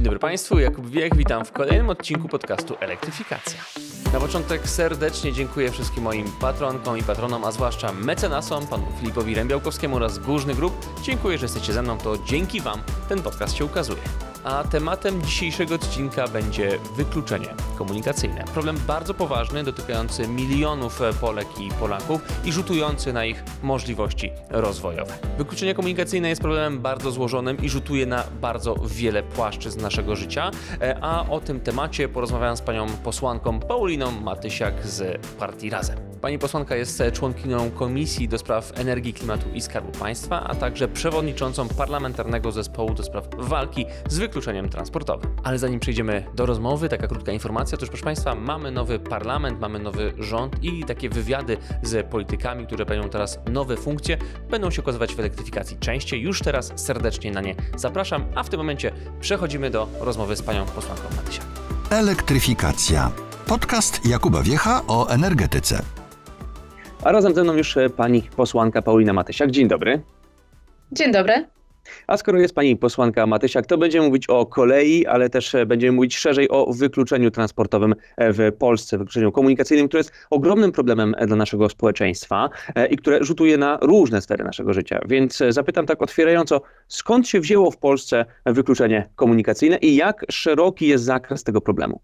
dobry Państwu, Jakub Wiech, witam w kolejnym odcinku podcastu Elektryfikacja. Na początek serdecznie dziękuję wszystkim moim patronkom i patronom, a zwłaszcza mecenasom, panu Filipowi Rębiałkowskiemu oraz Górzny Group. Dziękuję, że jesteście ze mną, to dzięki Wam ten podcast się ukazuje. A tematem dzisiejszego odcinka będzie wykluczenie komunikacyjne. Problem bardzo poważny, dotykający milionów Polek i Polaków i rzutujący na ich możliwości rozwojowe. Wykluczenie komunikacyjne jest problemem bardzo złożonym i rzutuje na bardzo wiele płaszczyzn naszego życia, a o tym temacie porozmawiam z panią posłanką Pauliną Matysiak z partii Razem. Pani posłanka jest członkinią Komisji do Spraw Energii, Klimatu i Skarbu Państwa, a także przewodniczącą Parlamentarnego Zespołu do Spraw Walki z Wykluczeniem Transportowym. Ale zanim przejdziemy do rozmowy, taka krótka informacja. Otóż, proszę Państwa, mamy nowy parlament, mamy nowy rząd i takie wywiady z politykami, które pełnią teraz nowe funkcje, będą się okazywać w elektryfikacji częściej. Już teraz serdecznie na nie zapraszam, a w tym momencie przechodzimy do rozmowy z panią posłanką Matysiak. Elektryfikacja. Podcast Jakuba Wiecha o energetyce. A razem ze mną już pani posłanka Paulina Matysiak. Dzień dobry. Dzień dobry. A skoro jest pani posłanka Matysiak, to będziemy mówić o kolei, ale też będziemy mówić szerzej o wykluczeniu transportowym w Polsce, wykluczeniu komunikacyjnym, które jest ogromnym problemem dla naszego społeczeństwa i które rzutuje na różne sfery naszego życia. Więc zapytam tak otwierająco, skąd się wzięło w Polsce wykluczenie komunikacyjne i jak szeroki jest zakres tego problemu?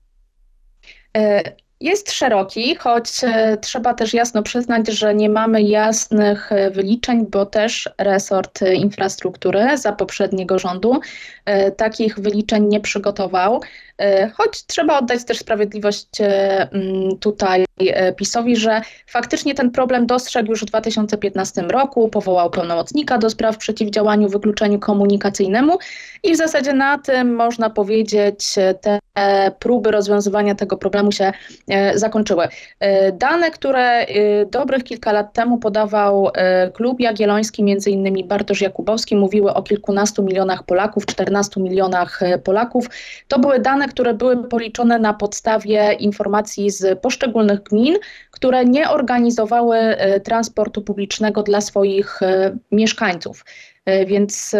Jest szeroki, choć trzeba też jasno przyznać, że nie mamy jasnych wyliczeń, bo też resort infrastruktury za poprzedniego rządu takich wyliczeń nie przygotował. Choć trzeba oddać też sprawiedliwość tutaj PiS-owi, że faktycznie ten problem dostrzegł już w 2015 roku, powołał pełnomocnika do spraw przeciwdziałania wykluczeniu komunikacyjnemu i w zasadzie na tym, można powiedzieć, te próby rozwiązywania tego problemu się zakończyły. Dane, które dobrych kilka lat temu podawał Klub Jagielloński, między innymi Bartosz Jakubowski, mówiły o kilkunastu milionach Polaków, 14 milionach Polaków. To były dane, które były policzone na podstawie informacji z poszczególnych gmin, które nie organizowały transportu publicznego dla swoich mieszkańców. Więc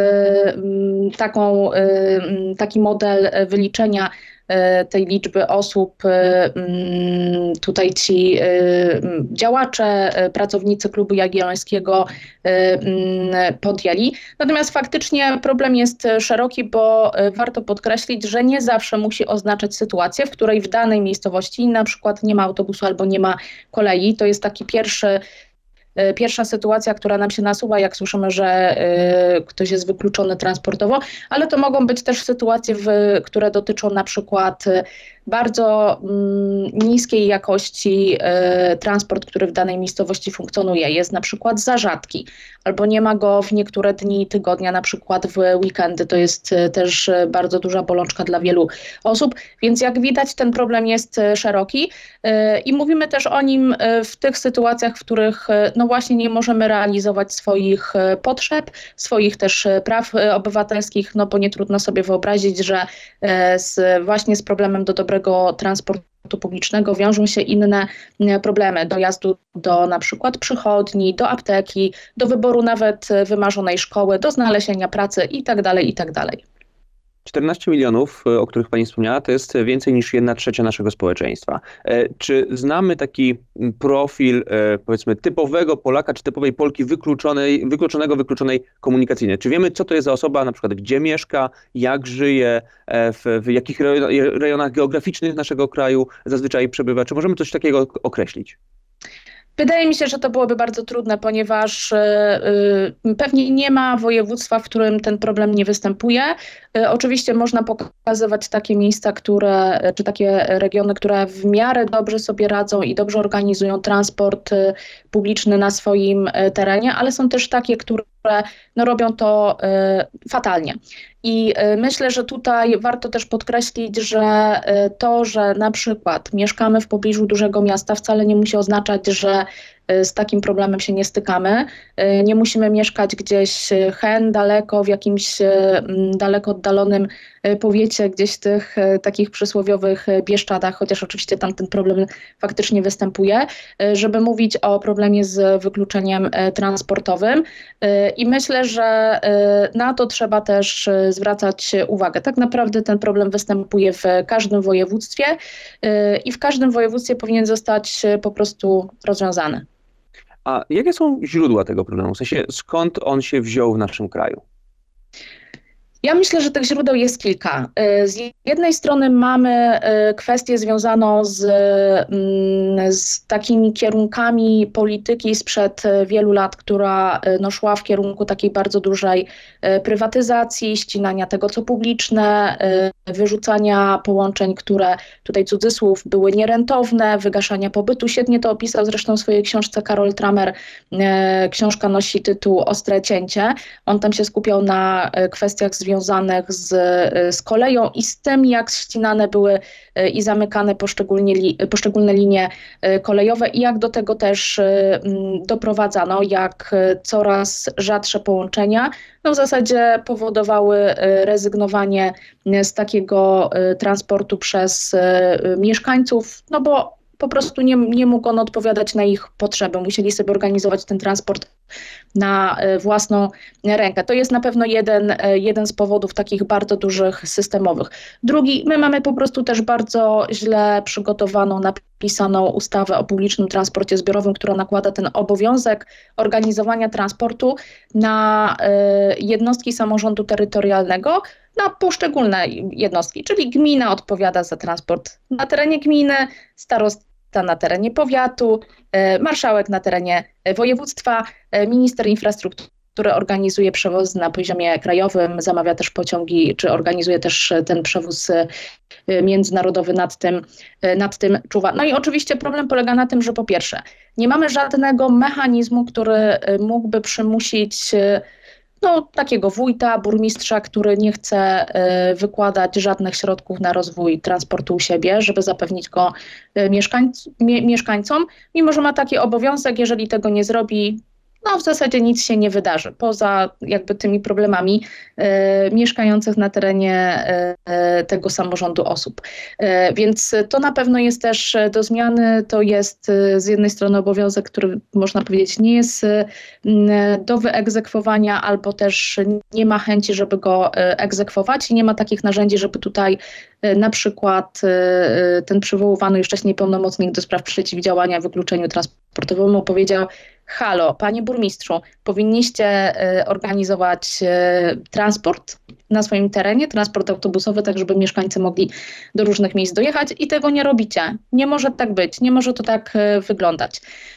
taki model wyliczenia tej liczby osób tutaj ci działacze, pracownicy Klubu Jagiellońskiego podjęli. Natomiast faktycznie problem jest szeroki, bo warto podkreślić, że nie zawsze musi oznaczać sytuację, w której w danej miejscowości na przykład nie ma autobusu albo nie ma kolei. To jest taki pierwsza sytuacja, która nam się nasuwa, jak słyszymy, że ktoś jest wykluczony transportowo, ale to mogą być też sytuacje, które dotyczą na przykład bardzo niskiej jakości transport, który w danej miejscowości funkcjonuje. Jest na przykład za rzadki, albo nie ma go w niektóre dni tygodnia, na przykład w weekendy. To jest też bardzo duża bolączka dla wielu osób, więc jak widać ten problem jest szeroki i mówimy też o nim w tych sytuacjach, w których no właśnie nie możemy realizować swoich potrzeb, swoich też praw obywatelskich, no bo nie trudno sobie wyobrazić, że właśnie z problemem do dobrego transportu publicznego wiążą się inne problemy, dojazdu do na przykład przychodni, do apteki, do wyboru nawet wymarzonej szkoły, do znalezienia pracy itd., itd. 14 milionów, o których pani wspomniała, to jest więcej niż 1/3 naszego społeczeństwa. Czy znamy taki profil, powiedzmy, typowego Polaka czy typowej Polki wykluczonej komunikacyjnie? Czy wiemy, co to jest za osoba, na przykład gdzie mieszka, jak żyje, w jakich rejonach geograficznych naszego kraju zazwyczaj przebywa? Czy możemy coś takiego określić? Wydaje mi się, że to byłoby bardzo trudne, ponieważ pewnie nie ma województwa, w którym ten problem nie występuje. Oczywiście można pokazywać takie miejsca, czy takie regiony, które w miarę dobrze sobie radzą i dobrze organizują transport publiczny na swoim terenie, ale są też takie, które robią to fatalnie. I myślę, że tutaj warto też podkreślić, że to, że na przykład mieszkamy w pobliżu dużego miasta, wcale nie musi oznaczać, że z takim problemem się nie stykamy. Nie musimy mieszkać gdzieś hen daleko, w jakimś daleko oddalonym powiecie, gdzieś w tych takich przysłowiowych Bieszczadach, chociaż oczywiście tam ten problem faktycznie występuje, żeby mówić o problemie z wykluczeniem transportowym. I myślę, że na to trzeba też zwracać uwagę. Tak naprawdę ten problem występuje w każdym województwie i w każdym województwie powinien zostać po prostu rozwiązany. A jakie są źródła tego problemu? W sensie, skąd on się wziął w naszym kraju? Ja myślę, że tych źródeł jest kilka. Z jednej strony mamy kwestię związaną z takimi kierunkami polityki sprzed wielu lat, która szła w kierunku takiej bardzo dużej prywatyzacji, ścinania tego, co publiczne, wyrzucania połączeń, które, tutaj cudzysłów, były nierentowne, wygaszania pobytu. Świetnie to opisał zresztą w swojej książce Karol Tramer. Książka nosi tytuł Ostre cięcie. On tam się skupiał na kwestiach związanych z koleją i z tym, jak ścinane były i zamykane poszczególne linie kolejowe i jak do tego też doprowadzano, jak coraz rzadsze połączenia w zasadzie powodowały rezygnowanie z takiego transportu przez mieszkańców, bo po prostu nie mógł on odpowiadać na ich potrzeby. Musieli sobie organizować ten transport na własną rękę. To jest na pewno jeden z powodów takich bardzo dużych, systemowych. Drugi, my mamy po prostu też bardzo źle przygotowaną, napisaną ustawę o publicznym transporcie zbiorowym, która nakłada ten obowiązek organizowania transportu na jednostki samorządu terytorialnego, na poszczególne jednostki, czyli gmina odpowiada za transport na terenie gminy, starosta na terenie powiatu, marszałek na terenie województwa, minister infrastruktury organizuje przewozy na poziomie krajowym, zamawia też pociągi, czy organizuje też ten przewóz międzynarodowy, nad tym czuwa. No i oczywiście problem polega na tym, że po pierwsze, nie mamy żadnego mechanizmu, który mógłby przymusić takiego wójta, burmistrza, który nie chce wykładać żadnych środków na rozwój transportu u siebie, żeby zapewnić go mieszkańcom, mimo że ma taki obowiązek, jeżeli tego nie zrobi, w zasadzie nic się nie wydarzy, poza jakby tymi problemami mieszkających na terenie tego samorządu osób. Więc to na pewno jest też do zmiany, to jest z jednej strony obowiązek, który można powiedzieć nie jest do wyegzekwowania, albo też nie ma chęci, żeby go egzekwować i nie ma takich narzędzi, żeby tutaj na przykład ten przywoływany już wcześniej pełnomocnik do spraw przeciwdziałania wykluczeniu transportowemu powiedział: halo, panie burmistrzu, powinniście organizować transport na swoim terenie, transport autobusowy, tak żeby mieszkańcy mogli do różnych miejsc dojechać i tego nie robicie. Nie może tak być, nie może to tak wyglądać.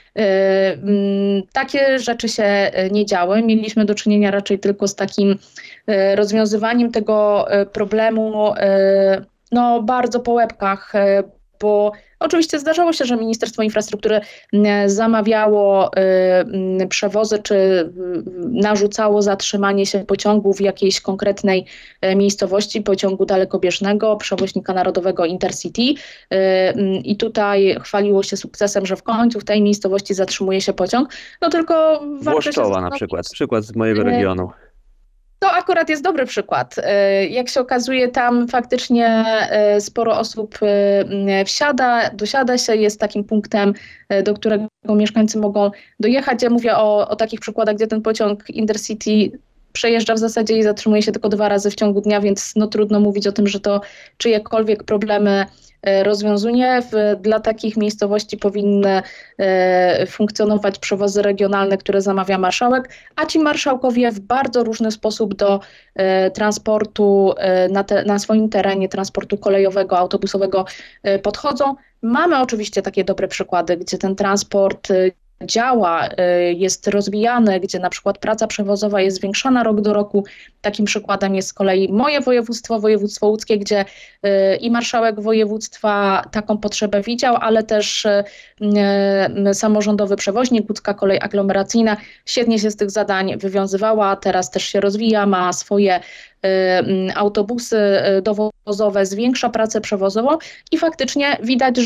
Takie rzeczy się nie działy. Mieliśmy do czynienia raczej tylko z takim rozwiązywaniem tego problemu bardzo po łebkach, bo oczywiście zdarzało się, że Ministerstwo Infrastruktury zamawiało przewozy czy narzucało zatrzymanie się pociągu w jakiejś konkretnej miejscowości, pociągu dalekobieżnego, przewoźnika narodowego Intercity i tutaj chwaliło się sukcesem, że w końcu w tej miejscowości zatrzymuje się pociąg. Tylko Włoszczowa na przykład z mojego regionu. To akurat jest dobry przykład. Jak się okazuje, tam faktycznie sporo osób dosiada się, jest takim punktem, do którego mieszkańcy mogą dojechać. Ja mówię o takich przykładach, gdzie ten pociąg Intercity przejeżdża w zasadzie i zatrzymuje się tylko 2 razy w ciągu dnia, więc trudno mówić o tym, że to czyjekolwiek problemy rozwiązuje. Dla takich miejscowości powinny funkcjonować przewozy regionalne, które zamawia marszałek, a ci marszałkowie w bardzo różny sposób do transportu na swoim terenie, transportu kolejowego, autobusowego podchodzą. Mamy oczywiście takie dobre przykłady, gdzie ten transport działa, jest rozwijany, gdzie na przykład praca przewozowa jest zwiększana rok do roku. Takim przykładem jest z kolei moje województwo łódzkie, gdzie i marszałek województwa taką potrzebę widział, ale też samorządowy przewoźnik, Łódzka Kolej Aglomeracyjna świetnie się z tych zadań wywiązywała, teraz też się rozwija, ma swoje autobusy dowozowe, zwiększa pracę przewozową i faktycznie widać,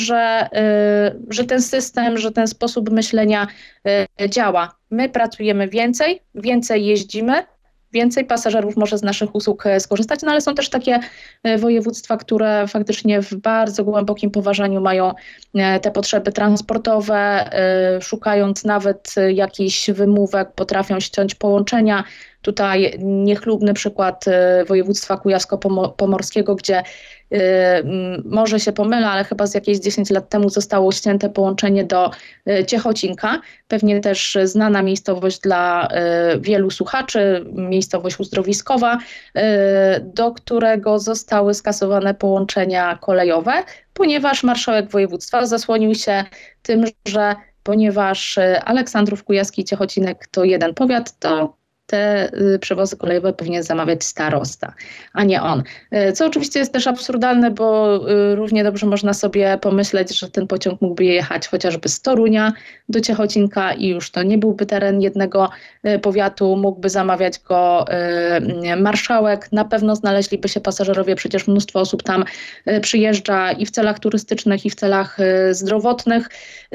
że ten system, że ten sposób myślenia działa. My pracujemy więcej jeździmy, więcej pasażerów może z naszych usług skorzystać, no ale są też takie województwa, które faktycznie w bardzo głębokim poważaniu mają te potrzeby transportowe, szukając nawet jakichś wymówek, potrafią ściąć połączenia. Tutaj niechlubny przykład województwa kujawsko-pomorskiego, gdzie może się pomylę, ale chyba z jakieś 10 lat temu zostało ścięte połączenie do Ciechocinka. Pewnie też znana miejscowość dla wielu słuchaczy, miejscowość uzdrowiskowa, do którego zostały skasowane połączenia kolejowe, ponieważ marszałek województwa zasłonił się tym, że ponieważ Aleksandrów Kujawski i Ciechocinek to jeden powiat, to te przewozy kolejowe powinien zamawiać starosta, a nie on. Co oczywiście jest też absurdalne, bo równie dobrze można sobie pomyśleć, że ten pociąg mógłby jechać chociażby z Torunia do Ciechocinka i już to nie byłby teren jednego powiatu, mógłby zamawiać go marszałek. Na pewno znaleźliby się pasażerowie, przecież mnóstwo osób tam przyjeżdża i w celach turystycznych, i w celach zdrowotnych.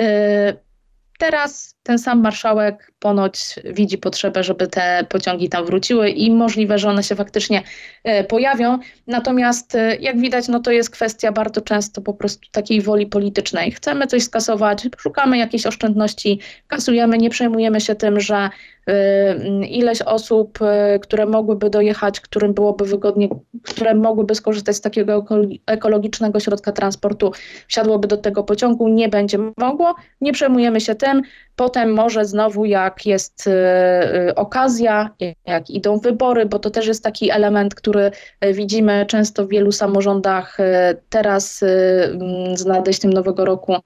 Teraz ten sam marszałek ponoć widzi potrzebę, żeby te pociągi tam wróciły i możliwe, że one się faktycznie pojawią. Natomiast jak widać, no to jest kwestia bardzo często po prostu takiej woli politycznej. Chcemy coś skasować, szukamy jakiejś oszczędności, kasujemy, nie przejmujemy się tym, że ileś osób, które mogłyby dojechać, którym byłoby wygodnie, które mogłyby skorzystać z takiego ekologicznego środka transportu, wsiadłoby do tego pociągu, nie będzie mogło, nie przejmujemy się tym. Potem może znowu jak jest okazja, jak idą wybory, bo to też jest taki element, który widzimy często w wielu samorządach. Teraz z nadejściem nowego roku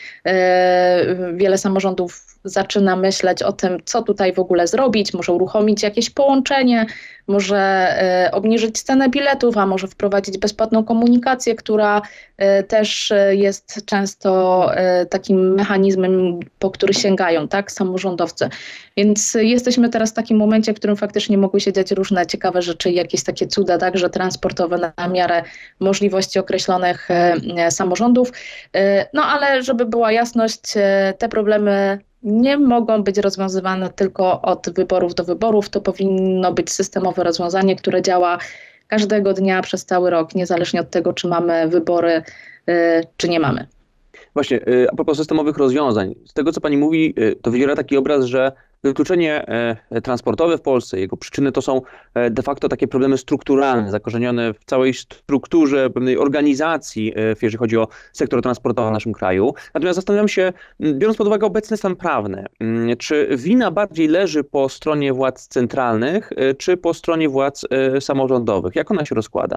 wiele samorządów zaczyna myśleć o tym, co tutaj w ogóle zrobić, może uruchomić jakieś połączenie, może obniżyć cenę biletów, a może wprowadzić bezpłatną komunikację, która też jest często takim mechanizmem, po który sięgają, tak, samorządowcy. Więc jesteśmy teraz w takim momencie, w którym faktycznie mogły się dziać różne ciekawe rzeczy, jakieś takie cuda, także transportowe na miarę możliwości określonych samorządów. No ale żeby była jasność, te problemy nie mogą być rozwiązywane tylko od wyborów do wyborów. To powinno być systemowe rozwiązanie, które działa każdego dnia przez cały rok, niezależnie od tego, czy mamy wybory, czy nie mamy. Właśnie, a propos systemowych rozwiązań, z tego co pani mówi, to wydziela taki obraz, że wykluczenie transportowe w Polsce, jego przyczyny to są de facto takie problemy strukturalne, zakorzenione w całej strukturze pewnej organizacji, jeżeli chodzi o sektor transportowy w naszym kraju. Natomiast zastanawiam się, biorąc pod uwagę obecny stan prawny, czy wina bardziej leży po stronie władz centralnych, czy po stronie władz samorządowych? Jak ona się rozkłada?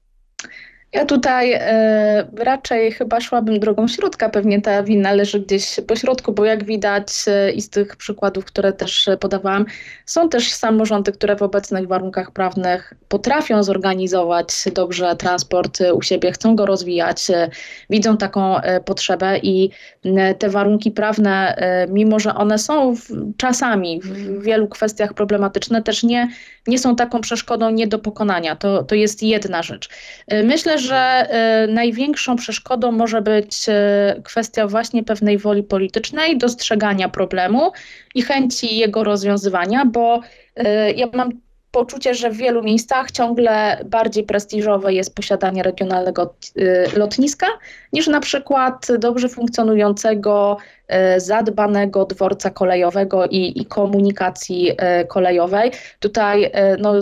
Ja tutaj raczej chyba szłabym drogą środka, pewnie ta wina leży gdzieś po środku, bo jak widać i z tych przykładów, które też podawałam, są też samorządy, które w obecnych warunkach prawnych potrafią zorganizować dobrze transport u siebie, chcą go rozwijać, widzą taką potrzebę i te warunki prawne, mimo że one są czasami w wielu kwestiach problematyczne, też nie są taką przeszkodą nie do pokonania. To jest jedna rzecz. Myślę, że największą przeszkodą może być kwestia właśnie pewnej woli politycznej, dostrzegania problemu i chęci jego rozwiązywania, bo ja mam poczucie, że w wielu miejscach ciągle bardziej prestiżowe jest posiadanie regionalnego lotniska niż na przykład dobrze funkcjonującego, zadbanego dworca kolejowego i komunikacji kolejowej. Tutaj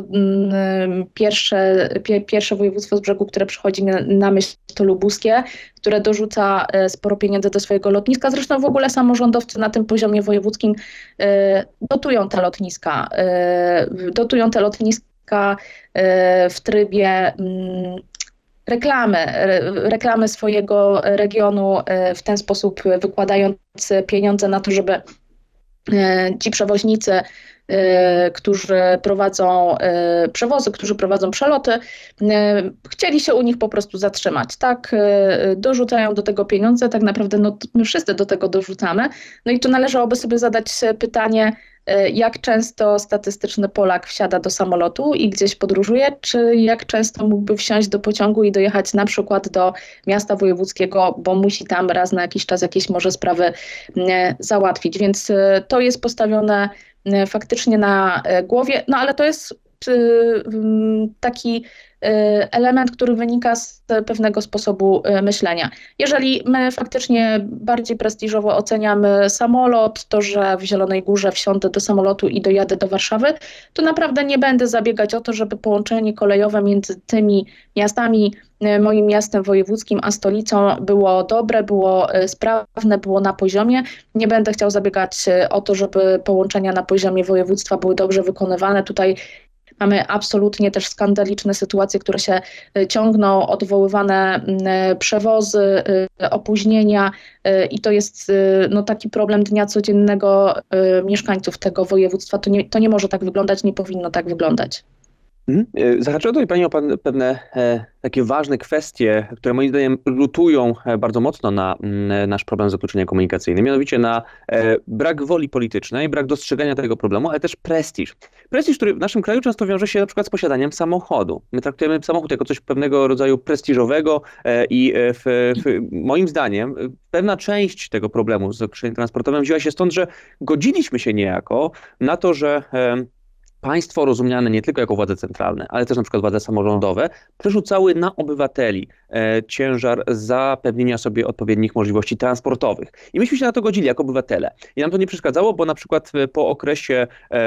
pierwsze województwo z brzegu, które przychodzi mi na myśl, to lubuskie, które dorzuca sporo pieniędzy do swojego lotniska. Zresztą w ogóle samorządowcy na tym poziomie wojewódzkim dotują te lotniska w trybie reklamy swojego regionu, w ten sposób wykładając pieniądze na to, żeby ci przewoźnicy, którzy prowadzą przewozy, którzy prowadzą przeloty, chcieli się u nich po prostu zatrzymać. Tak, dorzucają do tego pieniądze, tak naprawdę my wszyscy do tego dorzucamy. No i tu należałoby sobie zadać pytanie, jak często statystyczny Polak wsiada do samolotu i gdzieś podróżuje, czy jak często mógłby wsiąść do pociągu i dojechać na przykład do miasta wojewódzkiego, bo musi tam raz na jakiś czas jakieś może sprawy załatwić. Więc to jest postawione faktycznie na głowie, no ale to jest taki element, który wynika z pewnego sposobu myślenia. Jeżeli my faktycznie bardziej prestiżowo oceniamy samolot, to, że w Zielonej Górze wsiądę do samolotu i dojadę do Warszawy, to naprawdę nie będę zabiegać o to, żeby połączenie kolejowe między tymi miastami, moim miastem wojewódzkim, a stolicą było dobre, było sprawne, było na poziomie. Nie będę chciał zabiegać o to, żeby połączenia na poziomie województwa były dobrze wykonywane. Tutaj mamy absolutnie też skandaliczne sytuacje, które się ciągną, odwoływane przewozy, opóźnienia i to jest taki problem dnia codziennego mieszkańców tego województwa. To nie może tak wyglądać, nie powinno tak wyglądać. Zahaczyła tutaj Pani o pewne takie ważne kwestie, które moim zdaniem rzutują bardzo mocno na nasz problem z wykluczeniem komunikacyjnym, mianowicie na brak woli politycznej, brak dostrzegania tego problemu, ale też prestiż. Prestiż, który w naszym kraju często wiąże się na przykład z posiadaniem samochodu. My traktujemy samochód jako coś pewnego rodzaju prestiżowego i moim zdaniem pewna część tego problemu z wykluczeniem transportowym wzięła się stąd, że godziliśmy się niejako na to, że państwo rozumiane nie tylko jako władze centralne, ale też na przykład władze samorządowe, przerzucały na obywateli ciężar zapewnienia sobie odpowiednich możliwości transportowych. I myśmy się na to godzili jako obywatele. I nam to nie przeszkadzało, bo na przykład po okresie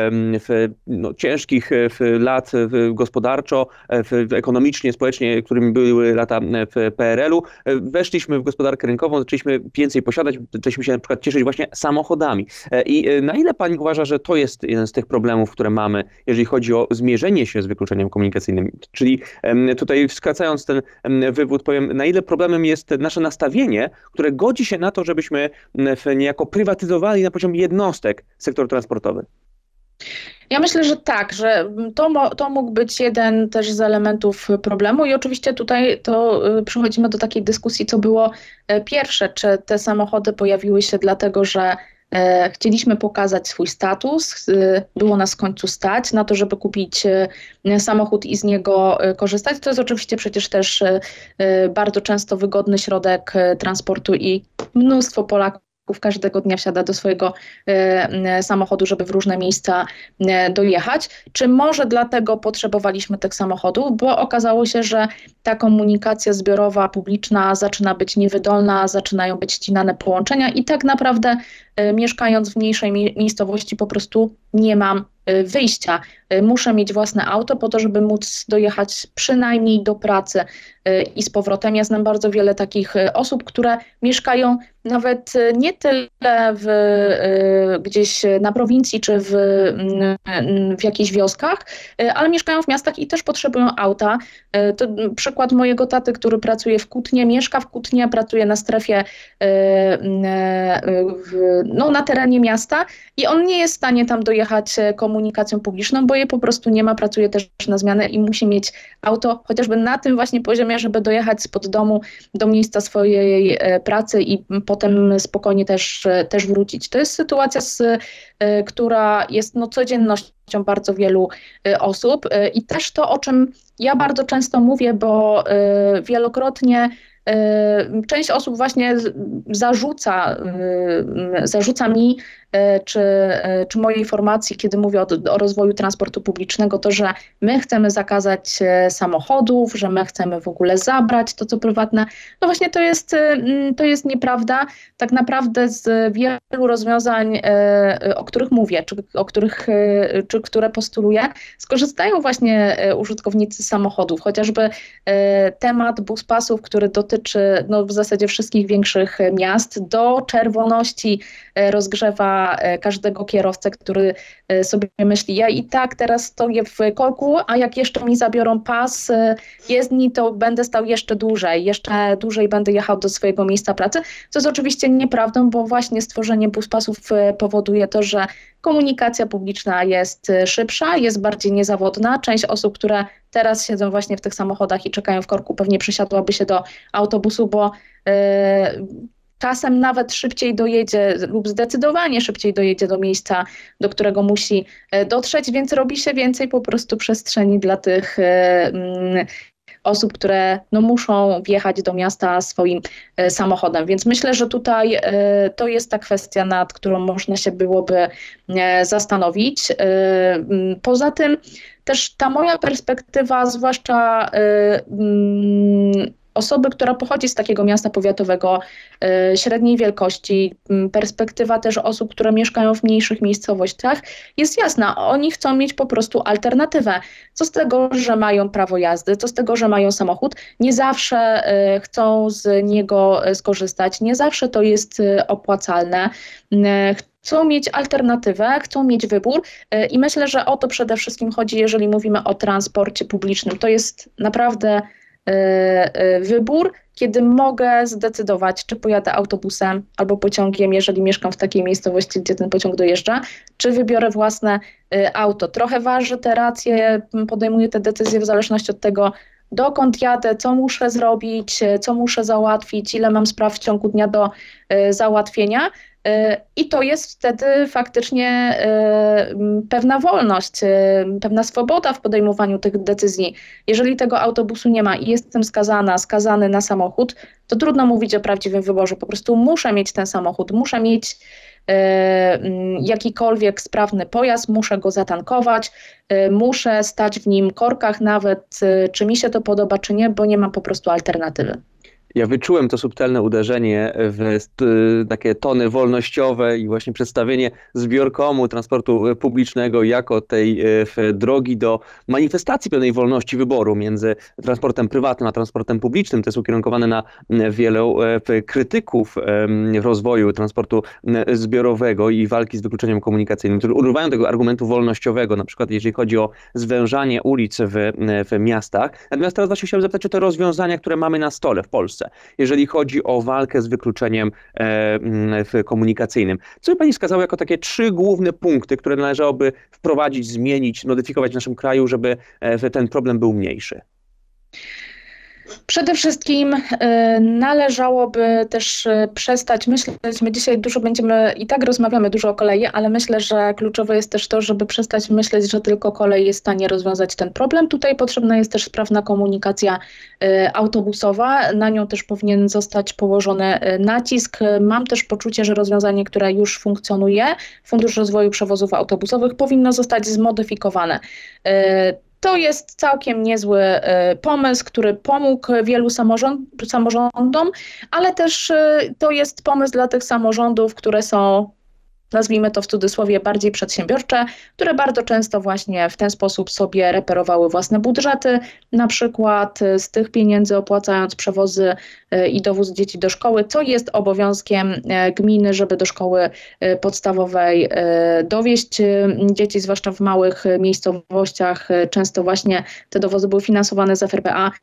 ciężkich lat gospodarczo, ekonomicznie, społecznie, którymi były lata w PRL-u, weszliśmy w gospodarkę rynkową, zaczęliśmy więcej posiadać, zaczęliśmy się na przykład cieszyć właśnie samochodami. I na ile pani uważa, że to jest jeden z tych problemów, które mamy, jeżeli chodzi o zmierzenie się z wykluczeniem komunikacyjnym? Czyli tutaj skracając ten wywód, powiem, na ile problemem jest nasze nastawienie, które godzi się na to, żebyśmy niejako prywatyzowali na poziomie jednostek sektor transportowy? Ja myślę, że tak, że to mógł być jeden też z elementów problemu i oczywiście tutaj to przechodzimy do takiej dyskusji, co było pierwsze, czy te samochody pojawiły się dlatego, że chcieliśmy pokazać swój status, było nas w końcu stać na to, żeby kupić samochód i z niego korzystać. To jest oczywiście przecież też bardzo często wygodny środek transportu i mnóstwo Polaków każdego dnia wsiada do swojego samochodu, żeby w różne miejsca dojechać. Czy może dlatego potrzebowaliśmy tych samochodów? Bo okazało się, że ta komunikacja zbiorowa, publiczna zaczyna być niewydolna, zaczynają być ścinane połączenia i tak naprawdę mieszkając w mniejszej miejscowości po prostu nie mam wyjścia. Muszę mieć własne auto po to, żeby móc dojechać przynajmniej do pracy i z powrotem. Ja znam bardzo wiele takich osób, które mieszkają nawet nie tyle gdzieś na prowincji czy w jakichś wioskach, ale mieszkają w miastach i też potrzebują auta. To przykład mojego taty, który pracuje w Kutnie, mieszka w Kutnie, pracuje na strefie na terenie miasta i on nie jest w stanie tam dojechać komunikacją publiczną, bo jej po prostu nie ma, pracuje też na zmianę i musi mieć auto chociażby na tym właśnie poziomie, żeby dojechać spod domu do miejsca swojej pracy i potem spokojnie też wrócić. To jest sytuacja, która jest codziennością bardzo wielu osób i też to, o czym ja bardzo często mówię, bo wielokrotnie część osób właśnie zarzuca mi czy mojej formacji, kiedy mówię o rozwoju transportu publicznego, to, że my chcemy zakazać samochodów, że my chcemy w ogóle zabrać to, co prywatne. No właśnie to jest nieprawda. Tak naprawdę z wielu rozwiązań, o których mówię, czy które postuluję, skorzystają właśnie użytkownicy samochodów. Chociażby temat buspasów, który dotyczy w zasadzie wszystkich większych miast, do czerwoności rozgrzewa każdego kierowcę, który sobie myśli, ja i tak teraz stoję w korku, a jak jeszcze mi zabiorą pas jezdni, to będę stał jeszcze dłużej będę jechał do swojego miejsca pracy, co jest oczywiście nieprawdą, bo właśnie stworzenie buspasów powoduje to, że komunikacja publiczna jest szybsza, jest bardziej niezawodna. Część osób, które teraz siedzą właśnie w tych samochodach i czekają w korku, pewnie przesiadłaby się do autobusu, bo czasem nawet szybciej dojedzie lub zdecydowanie szybciej dojedzie do miejsca, do którego musi dotrzeć, więc robi się więcej po prostu przestrzeni dla tych osób, które muszą wjechać do miasta swoim samochodem. Więc myślę, że tutaj to jest ta kwestia, nad którą można się byłoby zastanowić. Poza tym też ta moja perspektywa, zwłaszcza osoby, która pochodzi z takiego miasta powiatowego średniej wielkości, perspektywa też osób, które mieszkają w mniejszych miejscowościach jest jasna. Oni chcą mieć po prostu alternatywę. Co z tego, że mają prawo jazdy, co z tego, że mają samochód, nie zawsze chcą z niego skorzystać, nie zawsze to jest opłacalne. Chcą mieć alternatywę, chcą mieć wybór i myślę, że o to przede wszystkim chodzi, jeżeli mówimy o transporcie publicznym. To jest naprawdę wybór, kiedy mogę zdecydować, czy pojadę autobusem albo pociągiem, jeżeli mieszkam w takiej miejscowości, gdzie ten pociąg dojeżdża, czy wybiorę własne auto. Trochę waży te racje, podejmuję te decyzje w zależności od tego, dokąd jadę, co muszę zrobić, co muszę załatwić, ile mam spraw w ciągu dnia do załatwienia. I to jest wtedy faktycznie pewna wolność, pewna swoboda w podejmowaniu tych decyzji. Jeżeli tego autobusu nie ma i jestem skazany na samochód, to trudno mówić o prawdziwym wyborze. Po prostu muszę mieć ten samochód, muszę mieć jakikolwiek sprawny pojazd, muszę go zatankować, muszę stać w nim korkach nawet, czy mi się to podoba, czy nie, bo nie mam po prostu alternatywy. Ja wyczułem to subtelne uderzenie w takie tony wolnościowe i właśnie przedstawienie zbiorkomu transportu publicznego jako tej drogi do manifestacji pewnej wolności wyboru między transportem prywatnym a transportem publicznym. To jest ukierunkowane na wielu krytyków rozwoju transportu zbiorowego i walki z wykluczeniem komunikacyjnym, którzy używają tego argumentu wolnościowego, na przykład jeżeli chodzi o zwężanie ulic w miastach. Natomiast teraz właśnie chciałem zapytać o te rozwiązania, które mamy na stole w Polsce, jeżeli chodzi o walkę z wykluczeniem komunikacyjnym. Co by Pani wskazała jako takie 3 główne punkty, które należałoby wprowadzić, zmienić, modyfikować w naszym kraju, żeby ten problem był mniejszy? Przede wszystkim należałoby też przestać myśleć, my dzisiaj i tak rozmawiamy dużo o kolei, ale myślę, że kluczowe jest też to, żeby przestać myśleć, że tylko kolej jest w stanie rozwiązać ten problem. Tutaj potrzebna jest też sprawna komunikacja autobusowa, na nią też powinien zostać położony nacisk. Mam też poczucie, że rozwiązanie, które już funkcjonuje, Fundusz Rozwoju Przewozów Autobusowych, powinno zostać zmodyfikowane. To jest całkiem niezły pomysł, który pomógł wielu samorządom, ale też to jest pomysł dla tych samorządów, które są, nazwijmy to w cudzysłowie, bardziej przedsiębiorcze, które bardzo często właśnie w ten sposób sobie reperowały własne budżety, na przykład z tych pieniędzy opłacając przewozy i dowóz dzieci do szkoły, co jest obowiązkiem gminy, żeby do szkoły podstawowej dowieźć dzieci, zwłaszcza w małych miejscowościach. Często właśnie te dowozy były finansowane z FRPA,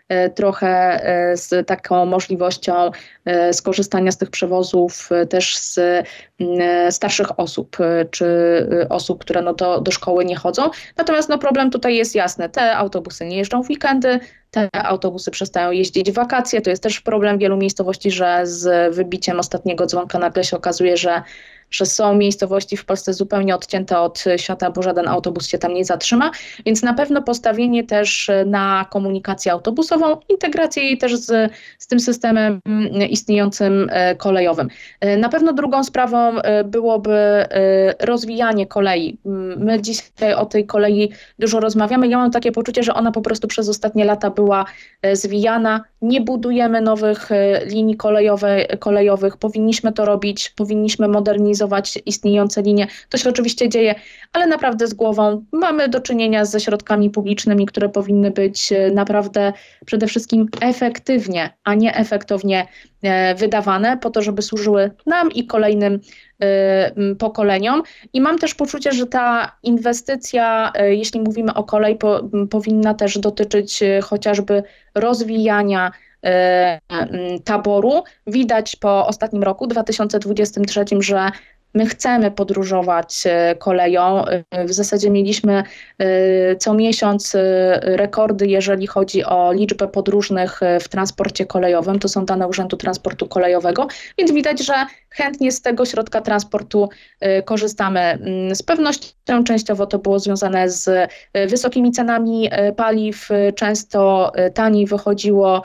trochę z taką możliwością skorzystania z tych przewozów też z starszych osób, czy osób, które do szkoły nie chodzą. Natomiast problem tutaj jest jasny. Te autobusy nie jeżdżą w weekendy, te autobusy przestają jeździć w wakacje. To jest też problem wielu miejscowości, że z wybiciem ostatniego dzwonka nagle się okazuje, że są miejscowości w Polsce zupełnie odcięte od świata, bo żaden autobus się tam nie zatrzyma, więc na pewno postawienie też na komunikację autobusową, integrację jej też z tym systemem istniejącym kolejowym. Na pewno drugą sprawą byłoby rozwijanie kolei. My dzisiaj o tej kolei dużo rozmawiamy. Ja mam takie poczucie, że ona po prostu przez ostatnie lata była zwijana. Nie budujemy nowych linii kolejowych. Powinniśmy to robić, powinniśmy modernizować istniejące linie. To się oczywiście dzieje, ale naprawdę z głową. Mamy do czynienia ze środkami publicznymi, które powinny być naprawdę przede wszystkim efektywnie, a nie efektownie wydawane po to, żeby służyły nam i kolejnym pokoleniom. I mam też poczucie, że ta inwestycja, jeśli mówimy o kolei, powinna też dotyczyć chociażby rozwijania taboru. Widać po ostatnim roku, 2023, że My chcemy podróżować koleją. W zasadzie mieliśmy co miesiąc rekordy, jeżeli chodzi o liczbę podróżnych w transporcie kolejowym. To są dane Urzędu Transportu Kolejowego, więc widać, że chętnie z tego środka transportu korzystamy. Z pewnością częściowo to było związane z wysokimi cenami paliw. Często taniej wychodziło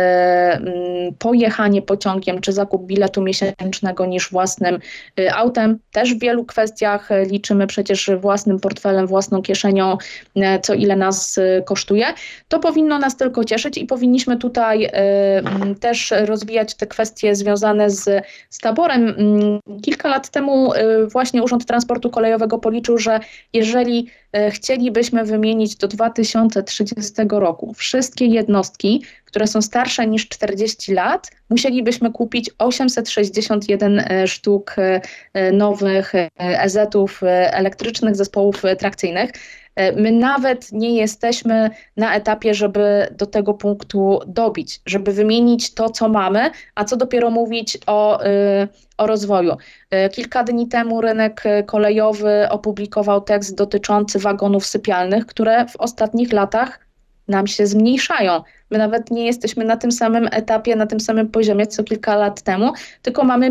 pojechanie pociągiem czy zakup biletu miesięcznego niż własnym autem. Też w wielu kwestiach liczymy przecież własnym portfelem, własną kieszenią, co ile nas kosztuje. To powinno nas tylko cieszyć i powinniśmy tutaj też rozwijać te kwestie związane z taborem. Kilka lat temu właśnie Urząd Transportu Kolejowego policzył, że jeżeli chcielibyśmy wymienić do 2030 roku wszystkie jednostki, które są starsze niż 40 lat, musielibyśmy kupić 861 sztuk nowych EZ-ów, elektrycznych zespołów trakcyjnych. My nawet nie jesteśmy na etapie, żeby do tego punktu dobić, żeby wymienić to, co mamy, a co dopiero mówić o rozwoju. Kilka dni temu rynek kolejowy opublikował tekst dotyczący wagonów sypialnych, które w ostatnich latach nam się zmniejszają. My nawet nie jesteśmy na tym samym etapie, na tym samym poziomie co kilka lat temu, tylko mamy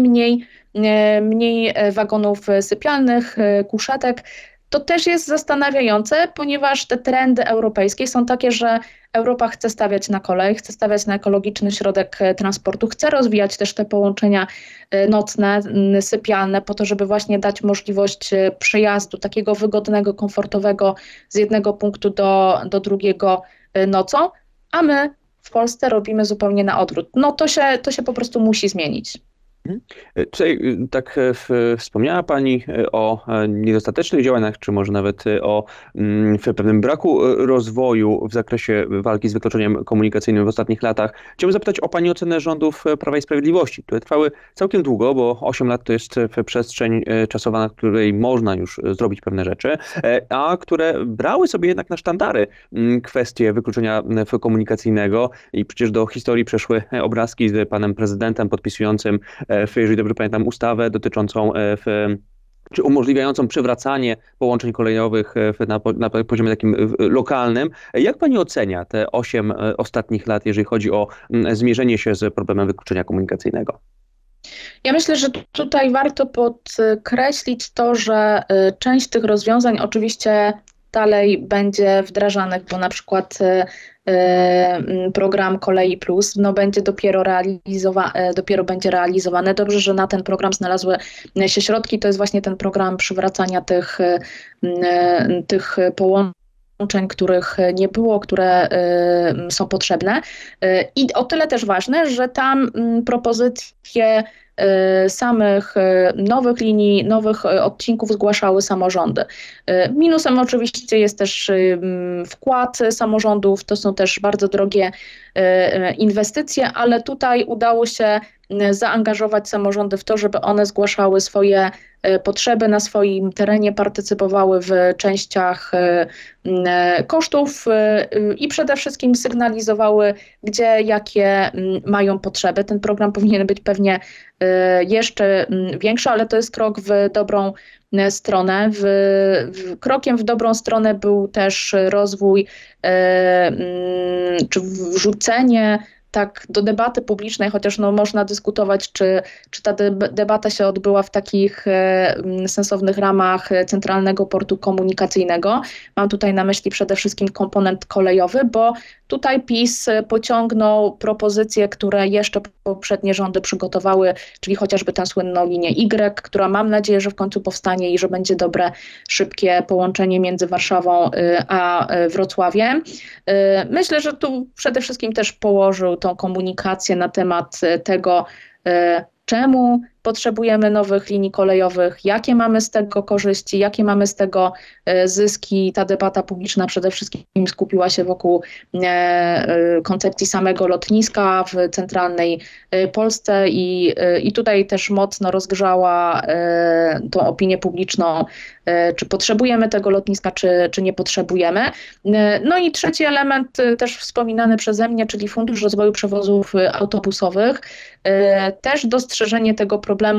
mniej wagonów sypialnych, kuszetek. To też jest zastanawiające, ponieważ te trendy europejskie są takie, że Europa chce stawiać na kolej, chce stawiać na ekologiczny środek transportu, chce rozwijać też te połączenia nocne, sypialne, po to, żeby właśnie dać możliwość przejazdu takiego wygodnego, komfortowego z jednego punktu do drugiego nocą, a my w Polsce robimy zupełnie na odwrót. No to się po prostu musi zmienić. Tutaj tak wspomniała Pani o niedostatecznych działaniach, czy może nawet o pewnym braku rozwoju w zakresie walki z wykluczeniem komunikacyjnym w ostatnich latach. Chciałbym zapytać o Pani ocenę rządów Prawa i Sprawiedliwości, które trwały całkiem długo, bo 8 lat to jest przestrzeń czasowa, na której można już zrobić pewne rzeczy, a które brały sobie jednak na sztandary kwestie wykluczenia komunikacyjnego i przecież do historii przeszły obrazki z panem prezydentem podpisującym, jeżeli dobrze pamiętam, ustawę dotyczącą czy umożliwiającą przywracanie połączeń kolejowych na poziomie takim lokalnym. Jak Pani ocenia te 8 ostatnich lat, jeżeli chodzi o zmierzenie się z problemem wykluczenia komunikacyjnego? Ja myślę, że tutaj warto podkreślić to, że część tych rozwiązań oczywiście dalej będzie wdrażanych, bo na przykład program Kolei Plus będzie dopiero będzie realizowany. Dobrze, że na ten program znalazły się środki. To jest właśnie ten program przywracania tych połączeń, których nie było, które są potrzebne. I o tyle też ważne, że tam propozycje samych nowych linii, nowych odcinków zgłaszały samorządy. Minusem oczywiście jest też wkład samorządów, to są też bardzo drogie inwestycje, ale tutaj udało się zaangażować samorządy w to, żeby one zgłaszały swoje potrzeby na swoim terenie, partycypowały w częściach kosztów i przede wszystkim sygnalizowały, gdzie jakie mają potrzeby. Ten program powinien być pewnie jeszcze większy, ale to jest krok w dobrą stronę. Krokiem w dobrą stronę był też rozwój czy wrzucenie tak do debaty publicznej, chociaż można dyskutować, czy ta debata się odbyła w takich sensownych ramach Centralnego Portu Komunikacyjnego. Mam tutaj na myśli przede wszystkim komponent kolejowy, bo tutaj PiS pociągnął propozycje, które jeszcze poprzednie rządy przygotowały, czyli chociażby tę słynną linię Y, która mam nadzieję, że w końcu powstanie i że będzie dobre, szybkie połączenie między Warszawą a Wrocławiem. Myślę, że tu przede wszystkim też położył tą komunikację na temat tego, czemu potrzebujemy nowych linii kolejowych, jakie mamy z tego korzyści, jakie mamy z tego zyski. Ta debata publiczna przede wszystkim skupiła się wokół koncepcji samego lotniska w centralnej Polsce i tutaj też mocno rozgrzała tą opinię publiczną, czy potrzebujemy tego lotniska, czy nie potrzebujemy. No i trzeci element, też wspominany przeze mnie, czyli Fundusz Rozwoju Przewozów Autobusowych. Też dostrzeżenie tego problemu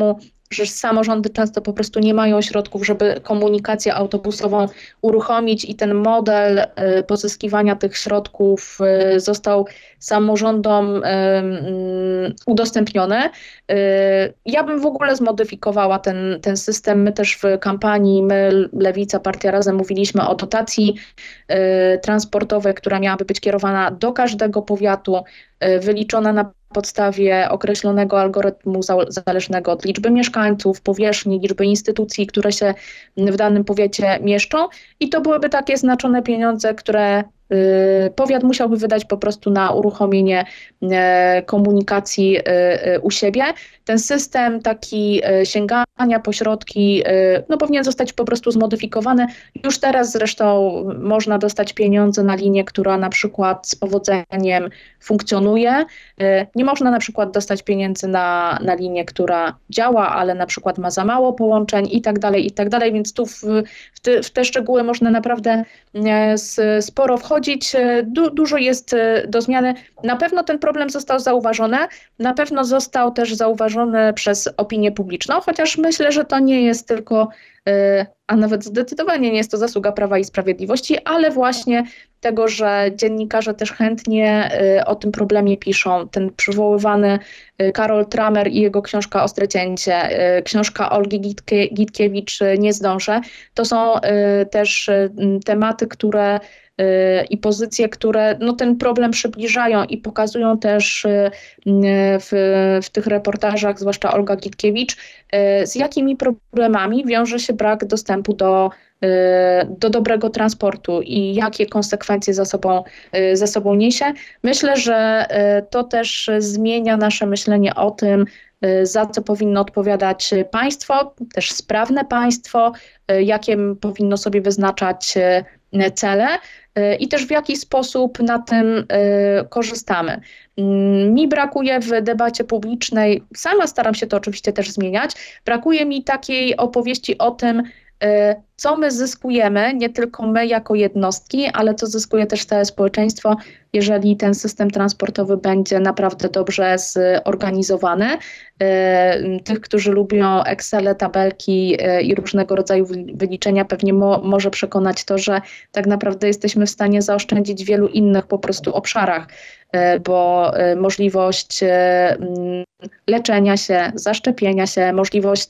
że samorządy często po prostu nie mają środków, żeby komunikację autobusową uruchomić i ten model pozyskiwania tych środków został samorządom udostępniony. Ja bym w ogóle zmodyfikowała ten system. My też w kampanii, Lewica, Partia Razem mówiliśmy o dotacji transportowej, która miałaby być kierowana do każdego powiatu, wyliczona na podstawie określonego algorytmu zależnego od liczby mieszkańców, powierzchni, liczby instytucji, które się w danym powiecie mieszczą i to byłyby takie znaczone pieniądze, które powiat musiałby wydać po prostu na uruchomienie komunikacji u siebie. Ten system taki sięgania po środki powinien zostać po prostu zmodyfikowany. Już teraz zresztą można dostać pieniądze na linię, która na przykład z powodzeniem funkcjonuje. Nie można na przykład dostać pieniędzy na linię, która działa, ale na przykład ma za mało połączeń i tak dalej, więc tu w te szczegóły można naprawdę sporo wchodzić. Dużo jest do zmiany. Na pewno ten problem został zauważony, na pewno został też zauważony przez opinię publiczną, chociaż myślę, że to nie jest tylko, a nawet zdecydowanie nie jest to zasługa Prawa i Sprawiedliwości, ale właśnie tego, że dziennikarze też chętnie o tym problemie piszą. Ten przywoływany Karol Tramer i jego książka Ostre cięcie, książka Olgi Gitkiewicz Nie zdążę. To są też tematy, które i pozycje, które ten problem przybliżają i pokazują też w tych reportażach, zwłaszcza Olga Gitkiewicz, z jakimi problemami wiąże się brak dostępu do dobrego transportu i jakie konsekwencje za sobą niesie. Myślę, że to też zmienia nasze myślenie o tym, za co powinno odpowiadać państwo, też sprawne państwo, jakie powinno sobie wyznaczać cele i też w jaki sposób na tym korzystamy. Mi brakuje w debacie publicznej, sama staram się to oczywiście też zmieniać, brakuje mi takiej opowieści o tym, co my zyskujemy, nie tylko my jako jednostki, ale co zyskuje też całe społeczeństwo, jeżeli ten system transportowy będzie naprawdę dobrze zorganizowany. Tych, którzy lubią Excele, tabelki i różnego rodzaju wyliczenia, pewnie może przekonać to, że tak naprawdę jesteśmy w stanie zaoszczędzić w wielu innych po prostu obszarach, bo możliwość leczenia się, zaszczepienia się, możliwość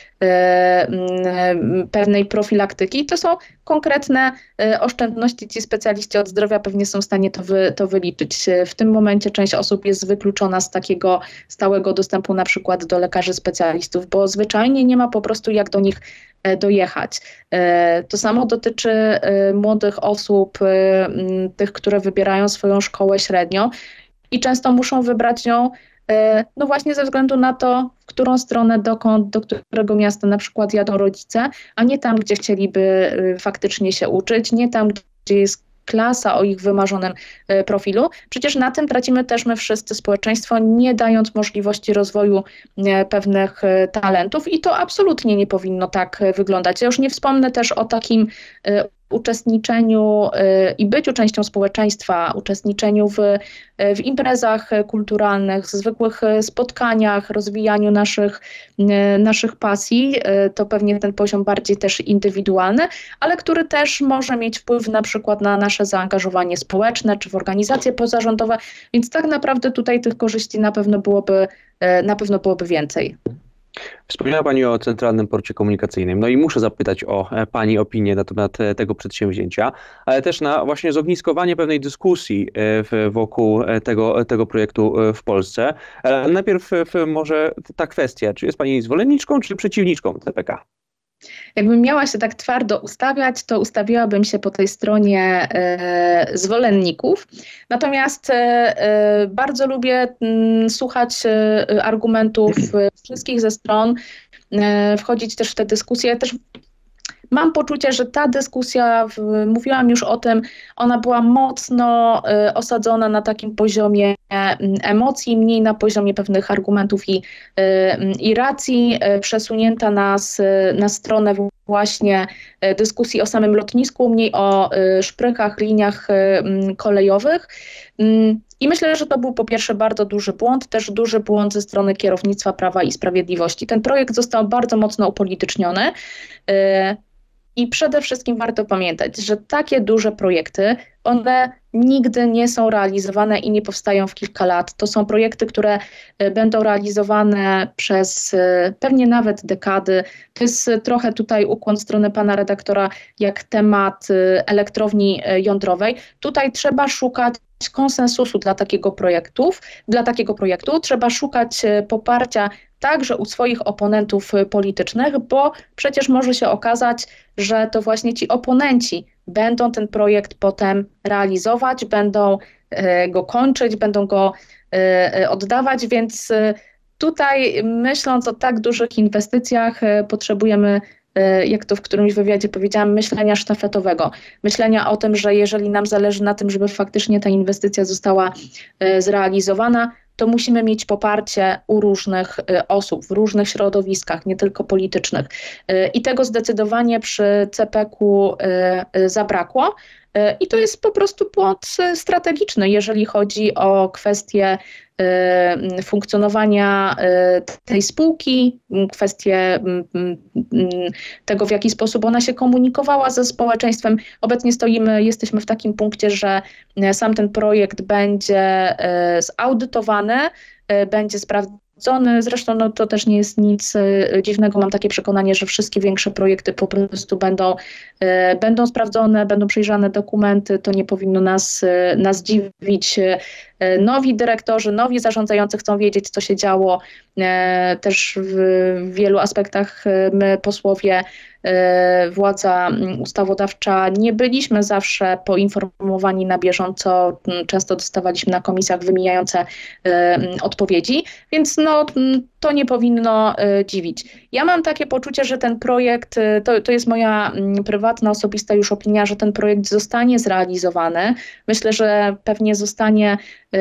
pewnej profilaktyki, to są konkretne oszczędności. Ci specjaliści od zdrowia pewnie są w stanie to wyliczyć. W tym momencie część osób jest wykluczona z takiego stałego dostępu na przykład do lekarzy specjalistów, bo zwyczajnie nie ma po prostu jak do nich dojechać. To samo dotyczy młodych osób, tych, które wybierają swoją szkołę średnią i często muszą wybrać ją właśnie ze względu na to, w którą stronę, do którego miasta na przykład jadą rodzice, a nie tam, gdzie chcieliby faktycznie się uczyć, nie tam, gdzie jest klasa o ich wymarzonym profilu. Przecież na tym tracimy też my wszyscy, społeczeństwo, nie dając możliwości rozwoju pewnych talentów i to absolutnie nie powinno tak wyglądać. Ja już nie wspomnę też o takim uczestniczeniu i byciu częścią społeczeństwa, uczestniczeniu w imprezach kulturalnych, zwykłych spotkaniach, rozwijaniu naszych pasji. To pewnie ten poziom bardziej też indywidualny, ale który też może mieć wpływ na przykład na nasze zaangażowanie społeczne czy w organizacje pozarządowe, więc tak naprawdę tutaj tych korzyści na pewno byłoby więcej. Wspomniała Pani o Centralnym Porcie Komunikacyjnym, no i muszę zapytać o Pani opinię na temat tego przedsięwzięcia, ale też na właśnie zogniskowanie pewnej dyskusji wokół tego projektu w Polsce. Ale najpierw może ta kwestia, czy jest Pani zwolenniczką, czy przeciwniczką CPK? Jakbym miała się tak twardo ustawiać, to ustawiłabym się po tej stronie zwolenników. Natomiast bardzo lubię słuchać argumentów wszystkich ze stron, wchodzić też w te dyskusje. Też mam poczucie, że ta dyskusja, mówiłam już o tym, ona była mocno osadzona na takim poziomie emocji, mniej na poziomie pewnych argumentów i racji, przesunięta na stronę właśnie dyskusji o samym lotnisku, mniej o szprychach, liniach kolejowych. I myślę, że to był po pierwsze bardzo duży błąd, też duży błąd ze strony kierownictwa Prawa i Sprawiedliwości. Ten projekt został bardzo mocno upolityczniony. I przede wszystkim warto pamiętać, że takie duże projekty, one nigdy nie są realizowane i nie powstają w kilka lat. To są projekty, które będą realizowane przez pewnie nawet dekady. To jest trochę tutaj ukłon w stronę pana redaktora, jak temat elektrowni jądrowej. Tutaj trzeba szukać konsensusu dla takiego projektu. Trzeba szukać poparcia także u swoich oponentów politycznych, bo przecież może się okazać, że to właśnie ci oponenci będą ten projekt potem realizować, będą go kończyć, będą go oddawać, więc tutaj myśląc o tak dużych inwestycjach potrzebujemy, jak to w którymś wywiadzie powiedziałam, myślenia sztafetowego. Myślenia o tym, że jeżeli nam zależy na tym, żeby faktycznie ta inwestycja została zrealizowana, to musimy mieć poparcie u różnych osób, w różnych środowiskach, nie tylko politycznych. I tego zdecydowanie przy CPK-u zabrakło. I to jest po prostu błąd strategiczny, jeżeli chodzi o kwestię funkcjonowania tej spółki, kwestię tego, w jaki sposób ona się komunikowała ze społeczeństwem. Obecnie jesteśmy w takim punkcie, że sam ten projekt będzie zaudytowany, będzie sprawdzony. Zresztą to też nie jest nic dziwnego. Mam takie przekonanie, że wszystkie większe projekty po prostu będą sprawdzone, będą przejrzane dokumenty. To nie powinno nas dziwić. Nowi dyrektorzy, nowi zarządzający chcą wiedzieć, co się działo. Też w wielu aspektach my, posłowie, władza ustawodawcza, nie byliśmy zawsze poinformowani na bieżąco. Często dostawaliśmy na komisjach wymijające odpowiedzi, więc to nie powinno dziwić. Ja mam takie poczucie, że ten projekt, to jest moja prywatna, osobista już opinia, że ten projekt zostanie zrealizowany. Myślę, że pewnie zostanie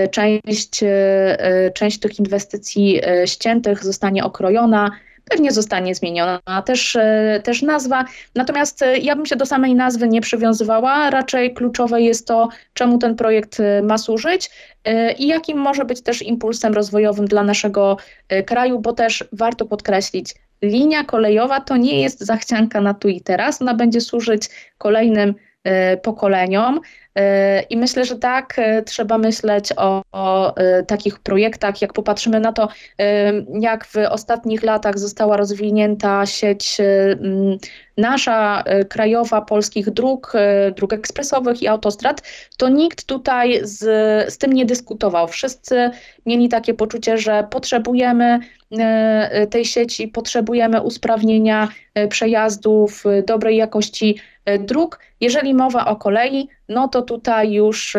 część tych inwestycji ściętych, zostanie okrojona. Pewnie zostanie zmieniona też nazwa, natomiast ja bym się do samej nazwy nie przywiązywała, raczej kluczowe jest to, czemu ten projekt ma służyć i jakim może być też impulsem rozwojowym dla naszego kraju, bo też warto podkreślić, linia kolejowa to nie jest zachcianka na tu i teraz, ona będzie służyć kolejnym pokoleniom. I myślę, że tak trzeba myśleć o takich projektach, jak popatrzymy na to, jak w ostatnich latach została rozwinięta sieć nasza krajowa polskich dróg ekspresowych i autostrad, to nikt tutaj z tym nie dyskutował. Wszyscy mieli takie poczucie, że potrzebujemy tej sieci, potrzebujemy usprawnienia przejazdów, dobrej jakości dróg. Jeżeli mowa o kolei, no to tutaj już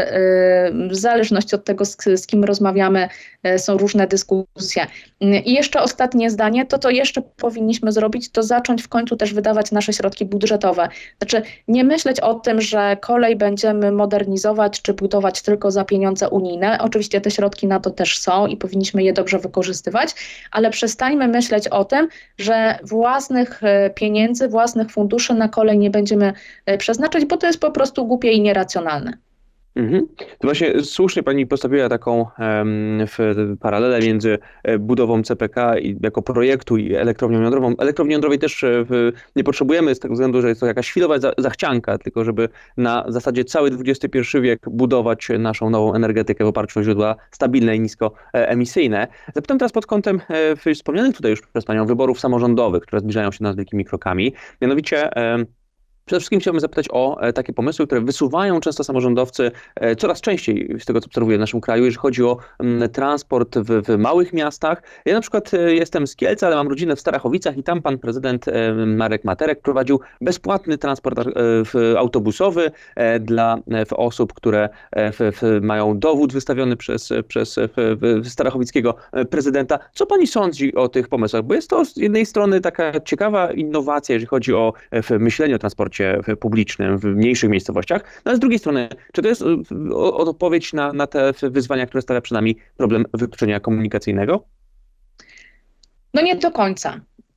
w zależności od tego, z kim rozmawiamy, są różne dyskusje. I jeszcze ostatnie zdanie, to jeszcze powinniśmy zrobić, to zacząć w końcu też wydawać nasze środki budżetowe. Znaczy nie myśleć o tym, że kolej będziemy modernizować czy budować tylko za pieniądze unijne. Oczywiście te środki na to też są i powinniśmy je dobrze wykorzystywać, ale przestańmy myśleć o tym, że własnych pieniędzy, własnych funduszy na kolej nie będziemy przeznaczać, bo to jest po prostu głupie i nieracjonalne. To właśnie słusznie pani postawiła taką paralelę między budową CPK jako projektu i elektrownią jądrową. Elektrowni jądrowej też nie potrzebujemy z tego względu, że jest to jakaś chwilowa zachcianka, tylko żeby na zasadzie cały XXI wiek budować naszą nową energetykę w oparciu o źródła stabilne i niskoemisyjne. Zapytam teraz pod kątem wspomnianych tutaj już przez panią wyborów samorządowych, które zbliżają się nas wielkimi krokami. Mianowicie przede wszystkim chciałbym zapytać o takie pomysły, które wysuwają często samorządowcy coraz częściej z tego, co obserwuję w naszym kraju, jeżeli chodzi o transport w małych miastach. Ja na przykład jestem z Kielc, ale mam rodzinę w Starachowicach i tam pan prezydent Marek Materek prowadził bezpłatny transport autobusowy dla osób, które mają dowód wystawiony przez starachowickiego prezydenta. Co pani sądzi o tych pomysłach? Bo jest to z jednej strony taka ciekawa innowacja, jeżeli chodzi o myślenie o transporcie publicznym w mniejszych miejscowościach, no a z drugiej strony, czy to jest odpowiedź na te wyzwania, które stawia przed nami problem wykluczenia komunikacyjnego? No nie do końca.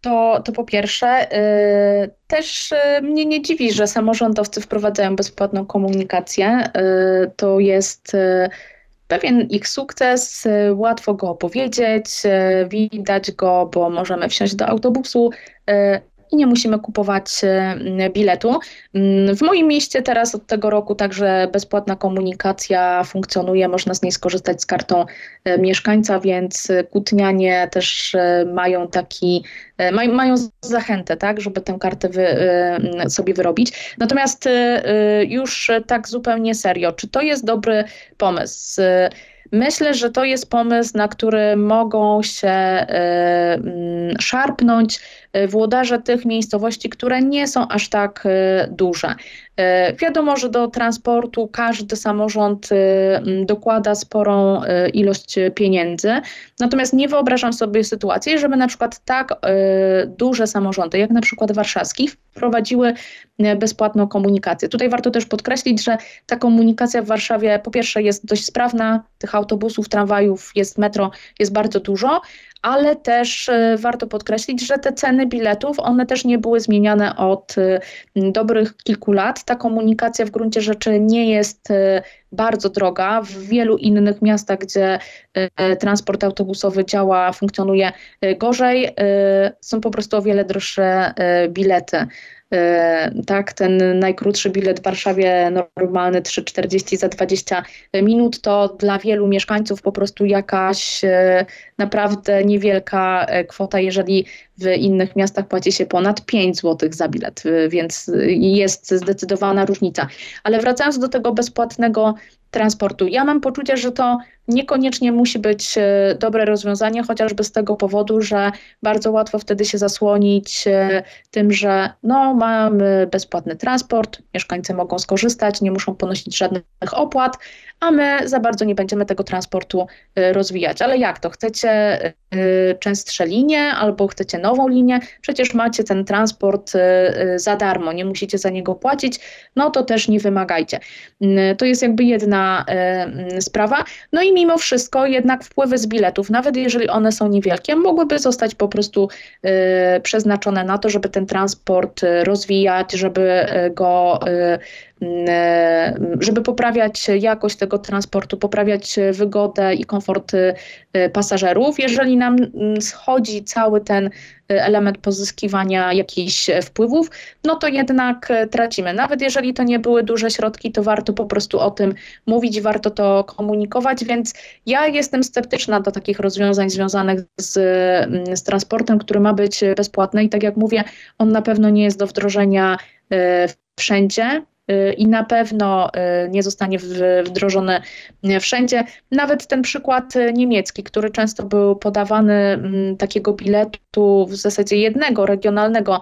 To po pierwsze, też mnie nie dziwi, że samorządowcy wprowadzają bezpłatną komunikację. To jest pewien ich sukces, łatwo go opowiedzieć, widać go, bo możemy wsiąść do autobusu i nie musimy kupować biletu. W moim mieście teraz od tego roku także bezpłatna komunikacja funkcjonuje, można z niej skorzystać z kartą mieszkańca, więc Kutnianie też mają zachętę, tak, żeby tę kartę sobie wyrobić. Natomiast już tak zupełnie serio, czy to jest dobry pomysł? Myślę, że to jest pomysł, na który mogą się szarpnąć włodarze tych miejscowości, które nie są aż tak duże. Wiadomo, że do transportu każdy samorząd dokłada sporą ilość pieniędzy, natomiast nie wyobrażam sobie sytuacji, żeby na przykład tak duże samorządy, jak na przykład warszawski, wprowadziły bezpłatną komunikację. Tutaj warto też podkreślić, że ta komunikacja w Warszawie po pierwsze jest dość sprawna, tych autobusów, tramwajów, jest metro, jest bardzo dużo, ale też warto podkreślić, że te ceny biletów, one też nie były zmieniane od dobrych kilku lat. Ta komunikacja w gruncie rzeczy nie jest bardzo droga. W wielu innych miastach, gdzie transport autobusowy działa, funkcjonuje gorzej, są po prostu o wiele droższe bilety. Tak, ten najkrótszy bilet w Warszawie, normalny 3,40 za 20 minut, to dla wielu mieszkańców po prostu jakaś naprawdę niewielka kwota, jeżeli w innych miastach płaci się ponad 5 zł za bilet, więc jest zdecydowana różnica. Ale wracając do tego bezpłatnego transportu, ja mam poczucie, że to niekoniecznie musi być dobre rozwiązanie, chociażby z tego powodu, że bardzo łatwo wtedy się zasłonić tym, że mamy bezpłatny transport, mieszkańcy mogą skorzystać, nie muszą ponosić żadnych opłat, a my za bardzo nie będziemy tego transportu rozwijać. Ale jak to? Chcecie częstsze linie albo chcecie nową linię? Przecież macie ten transport za darmo, nie musicie za niego płacić, no to też nie wymagajcie. To jest jakby jedna sprawa. No i mimo wszystko jednak wpływy z biletów, nawet jeżeli one są niewielkie, mogłyby zostać po prostu przeznaczone na to, żeby ten transport rozwijać, żeby poprawiać jakość tego transportu, poprawiać wygodę i komfort pasażerów. Jeżeli nam schodzi cały ten element pozyskiwania jakichś wpływów, no to jednak tracimy. Nawet jeżeli to nie były duże środki, to warto po prostu o tym mówić, warto to komunikować, więc ja jestem sceptyczna do takich rozwiązań związanych z transportem, który ma być bezpłatny i tak jak mówię, on na pewno nie jest do wdrożenia wszędzie. I na pewno nie zostanie wdrożony wszędzie. Nawet ten przykład niemiecki, który często był podawany, takiego biletu w zasadzie jednego, regionalnego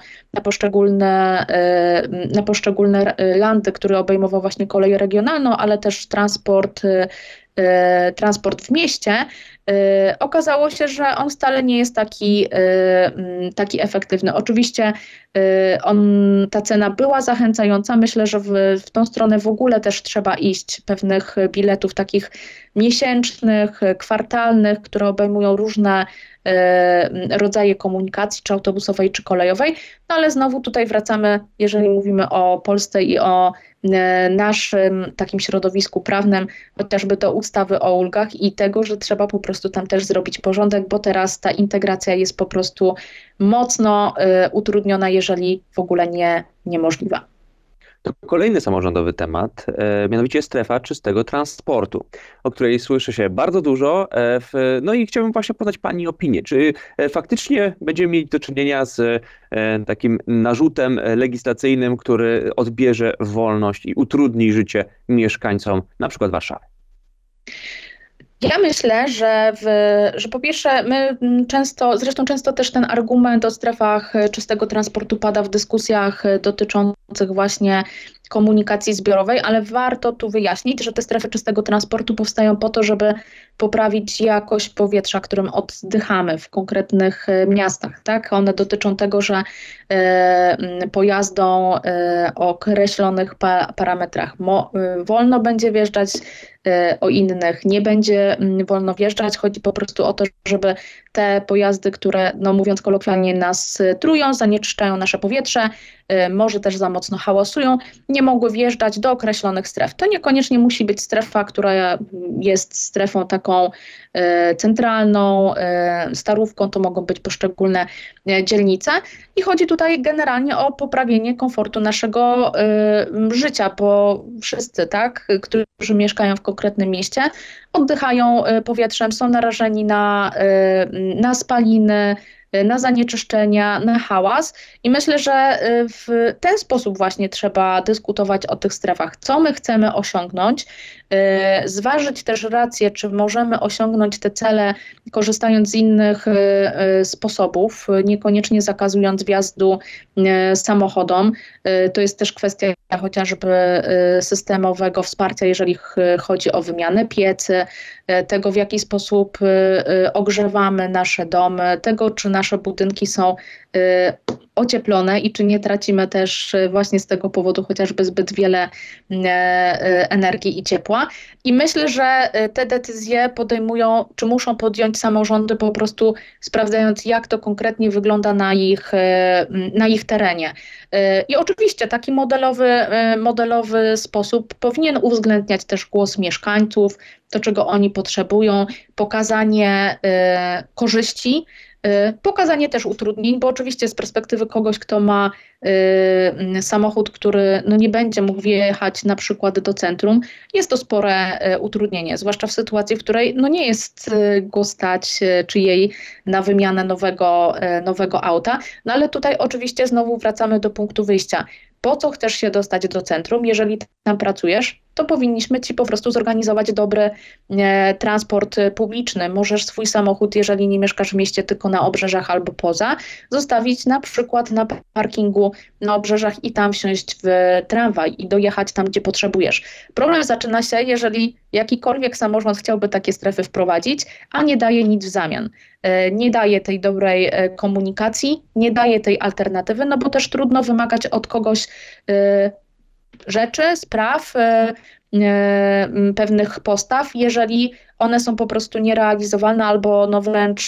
na poszczególne landy, który obejmował właśnie kolej regionalną, ale też transport w mieście, okazało się, że on wcale nie jest taki efektywny. Oczywiście ta cena była zachęcająca. Myślę, że w tą stronę w ogóle też trzeba iść, pewnych biletów takich miesięcznych, kwartalnych, które obejmują różne rodzaje komunikacji, czy autobusowej, czy kolejowej. No ale znowu tutaj wracamy, jeżeli mówimy o Polsce i o naszym takim środowisku prawnym, chociażby do ustawy o ulgach i tego, że trzeba po prostu tam też zrobić porządek, bo teraz ta integracja jest po prostu mocno utrudniona, jeżeli w ogóle niemożliwa. To kolejny samorządowy temat, mianowicie strefa czystego transportu, o której słyszy się bardzo dużo. No i chciałbym właśnie poznać Pani opinię. Czy faktycznie będziemy mieli do czynienia z takim narzutem legislacyjnym, który odbierze wolność i utrudni życie mieszkańcom na przykład Warszawy? Ja myślę, że po pierwsze my często też ten argument o strefach czystego transportu pada w dyskusjach dotyczących właśnie komunikacji zbiorowej, ale warto tu wyjaśnić, że te strefy czystego transportu powstają po to, żeby poprawić jakość powietrza, którym oddychamy w konkretnych miastach. Tak? One dotyczą tego, że pojazdom o określonych parametrach wolno będzie wjeżdżać, o innych nie będzie wolno wjeżdżać. Chodzi po prostu o to, żeby te pojazdy, które, no mówiąc kolokwialnie, nas trują, zanieczyszczają nasze powietrze, może też za mocno hałasują, nie mogły wjeżdżać do określonych stref. To niekoniecznie musi być strefa, która jest strefą taką centralną, starówką, to mogą być poszczególne dzielnice i chodzi tutaj generalnie o poprawienie komfortu naszego życia, bo wszyscy, tak, którzy mieszkają w konkretnym mieście, oddychają powietrzem, są narażeni na spaliny, na zanieczyszczenia, na hałas i myślę, że w ten sposób właśnie trzeba dyskutować o tych strefach. Co my chcemy osiągnąć? Zważyć też rację, czy możemy osiągnąć te cele korzystając z innych sposobów, niekoniecznie zakazując wjazdu samochodom. To jest też kwestia chociażby systemowego wsparcia, jeżeli chodzi o wymianę piecy, tego w jaki sposób ogrzewamy nasze domy, tego czy nasze budynki są ocieplone i czy nie tracimy też właśnie z tego powodu chociażby zbyt wiele energii i ciepła. I myślę, że te decyzje podejmują, czy muszą podjąć samorządy po prostu sprawdzając, jak to konkretnie wygląda na ich terenie. I oczywiście taki modelowy sposób powinien uwzględniać też głos mieszkańców, to czego oni potrzebują, pokazanie korzyści, pokazanie też utrudnień, bo oczywiście z perspektywy kogoś, kto ma samochód, który no nie będzie mógł wjechać na przykład do centrum, jest to spore utrudnienie, zwłaszcza w sytuacji, w której no nie jest go stać czy jej na wymianę nowego auta. No ale tutaj oczywiście znowu wracamy do punktu wyjścia. Po co chcesz się dostać do centrum? Jeżeli tam pracujesz, to powinniśmy ci po prostu zorganizować dobry transport publiczny. Możesz swój samochód, jeżeli nie mieszkasz w mieście, tylko na obrzeżach albo poza, zostawić na przykład na parkingu na obrzeżach i tam wsiąść w tramwaj i dojechać tam, gdzie potrzebujesz. Problem zaczyna się, jeżeli jakikolwiek samorząd chciałby takie strefy wprowadzić, a nie daje nic w zamian. Nie daje tej dobrej komunikacji, nie daje tej alternatywy, no bo też trudno wymagać od kogoś rzeczy, spraw, pewnych postaw, jeżeli one są po prostu nierealizowalne albo no wręcz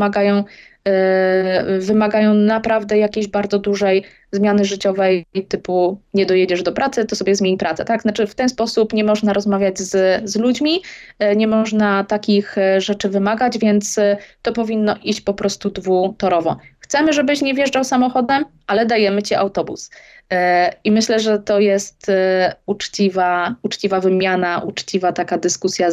wymagają naprawdę jakiejś bardzo dużej zmiany życiowej, typu nie dojedziesz do pracy, to sobie zmień pracę, tak? Znaczy w ten sposób nie można rozmawiać z ludźmi, nie można takich rzeczy wymagać, więc to powinno iść po prostu dwutorowo. Chcemy, żebyś nie wjeżdżał samochodem, ale dajemy ci autobus. I myślę, że to jest uczciwa wymiana, uczciwa taka dyskusja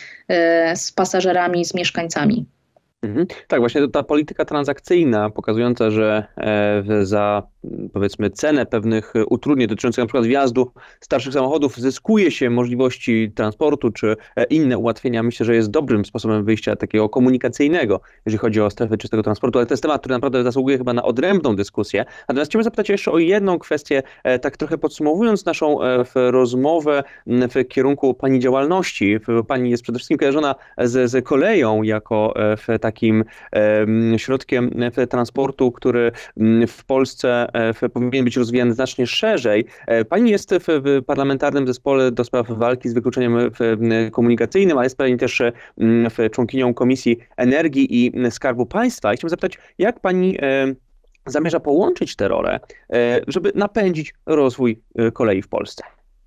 z pasażerami, z mieszkańcami. Tak, właśnie ta polityka transakcyjna pokazująca, że za powiedzmy cenę pewnych utrudnień dotyczących na przykład wjazdu starszych samochodów zyskuje się możliwości transportu czy inne ułatwienia, myślę, że jest dobrym sposobem wyjścia takiego komunikacyjnego, jeżeli chodzi o strefy czystego transportu, ale to jest temat, który naprawdę zasługuje chyba na odrębną dyskusję. Natomiast chciałbym zapytać jeszcze o jedną kwestię, tak trochę podsumowując naszą rozmowę w kierunku pani działalności. Pani jest przede wszystkim kojarzona z koleją jako takim środkiem transportu, który w Polsce powinien być rozwijany znacznie szerzej. Pani jest w parlamentarnym zespole do spraw walki z wykluczeniem komunikacyjnym, ale jest pani też członkinią Komisji Energii i Skarbu Państwa. I chciałbym zapytać, jak pani zamierza połączyć te role, żeby napędzić rozwój kolei w Polsce?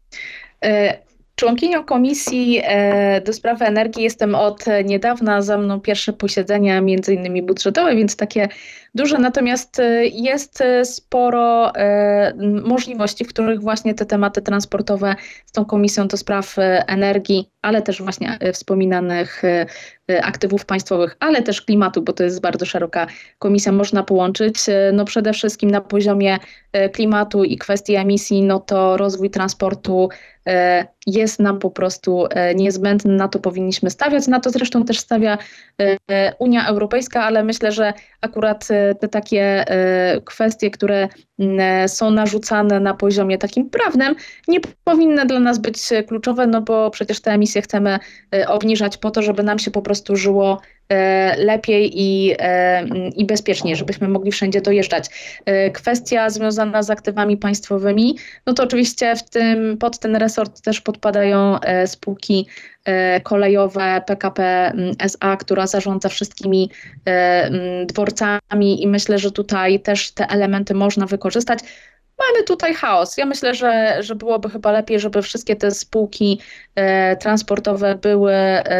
Członkinią Komisji do Spraw Energii jestem od niedawna, za mną pierwsze posiedzenia, między innymi budżetowe, więc takie duże, natomiast jest sporo możliwości, w których właśnie te tematy transportowe z tą Komisją do Spraw Energii, ale też właśnie wspominanych aktywów państwowych, ale też klimatu, bo to jest bardzo szeroka komisja, można połączyć. No przede wszystkim na poziomie klimatu i kwestii emisji, no to rozwój transportu jest nam po prostu niezbędny, na to powinniśmy stawiać, na to zresztą też stawia Unia Europejska, ale myślę, że akurat te takie kwestie, które są narzucane na poziomie takim prawnym, nie powinny dla nas być kluczowe, no bo przecież te emisje chcemy obniżać po to, żeby nam się po prostu żyło lepiej i bezpieczniej, żebyśmy mogli wszędzie dojeżdżać. Kwestia związana z aktywami państwowymi, no to oczywiście pod ten resort też podpadają spółki kolejowe PKP SA, która zarządza wszystkimi dworcami i myślę, że tutaj też te elementy można wykorzystać. Mamy tutaj chaos. Ja myślę, że byłoby chyba lepiej, żeby wszystkie te spółki transportowe były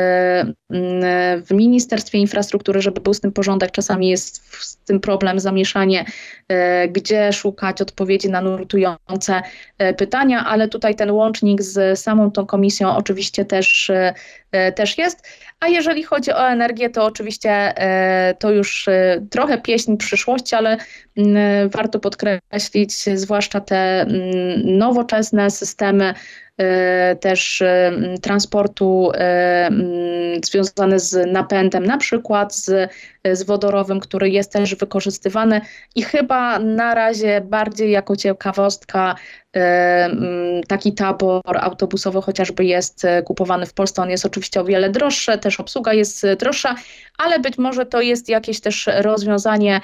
w Ministerstwie Infrastruktury, żeby był z tym porządek. Czasami jest z tym problem, zamieszanie, gdzie szukać odpowiedzi na nurtujące pytania, ale tutaj ten łącznik z samą tą komisją oczywiście też jest. A jeżeli chodzi o energię, to oczywiście to już trochę pieśń przyszłości, ale warto podkreślić zwłaszcza te nowoczesne systemy też transportu związane z napędem, na przykład z wodorowym, który jest też wykorzystywany i chyba na razie bardziej jako ciekawostka taki tabor autobusowy chociażby jest kupowany w Polsce. On jest oczywiście o wiele droższy, też obsługa jest droższa, ale być może to jest jakieś też rozwiązanie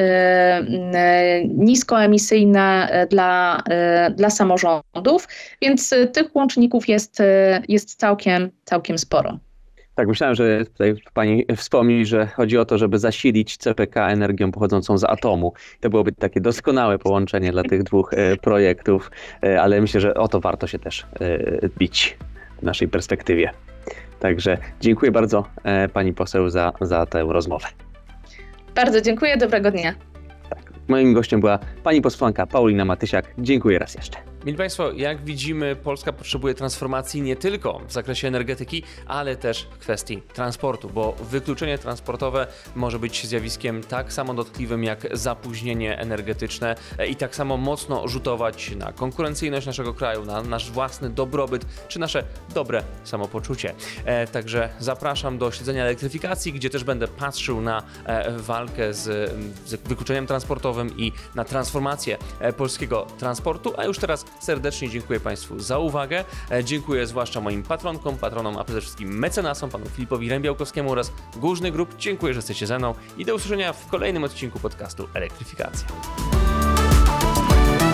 niskoemisyjne dla samorządów, więc tych łączników jest całkiem sporo. Tak, myślałem, że tutaj pani wspomni, że chodzi o to, żeby zasilić CPK energią pochodzącą z atomu. To byłoby takie doskonałe połączenie dla tych dwóch projektów, ale myślę, że o to warto się też bić w naszej perspektywie. Także dziękuję bardzo pani poseł za tę rozmowę. Bardzo dziękuję, dobrego dnia. Moim gościem była pani posłanka Paulina Matysiak. Dziękuję raz jeszcze. Mili Państwo, jak widzimy, Polska potrzebuje transformacji nie tylko w zakresie energetyki, ale też w kwestii transportu, bo wykluczenie transportowe może być zjawiskiem tak samo dotkliwym jak zapóźnienie energetyczne i tak samo mocno rzutować na konkurencyjność naszego kraju, na nasz własny dobrobyt czy nasze dobre samopoczucie. Także zapraszam do śledzenia elektryfikacji, gdzie też będę patrzył na walkę z wykluczeniem transportowym i na transformację polskiego transportu, a już teraz serdecznie dziękuję Państwu za uwagę. Dziękuję zwłaszcza moim patronkom, patronom, a przede wszystkim mecenasom, panu Filipowi Rębiałkowskiemu oraz Górny Group. Dziękuję, że jesteście ze mną i do usłyszenia w kolejnym odcinku podcastu Elektryfikacja.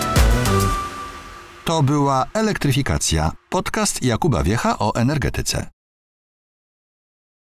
To była Elektryfikacja, podcast Jakuba Wiecha o energetyce.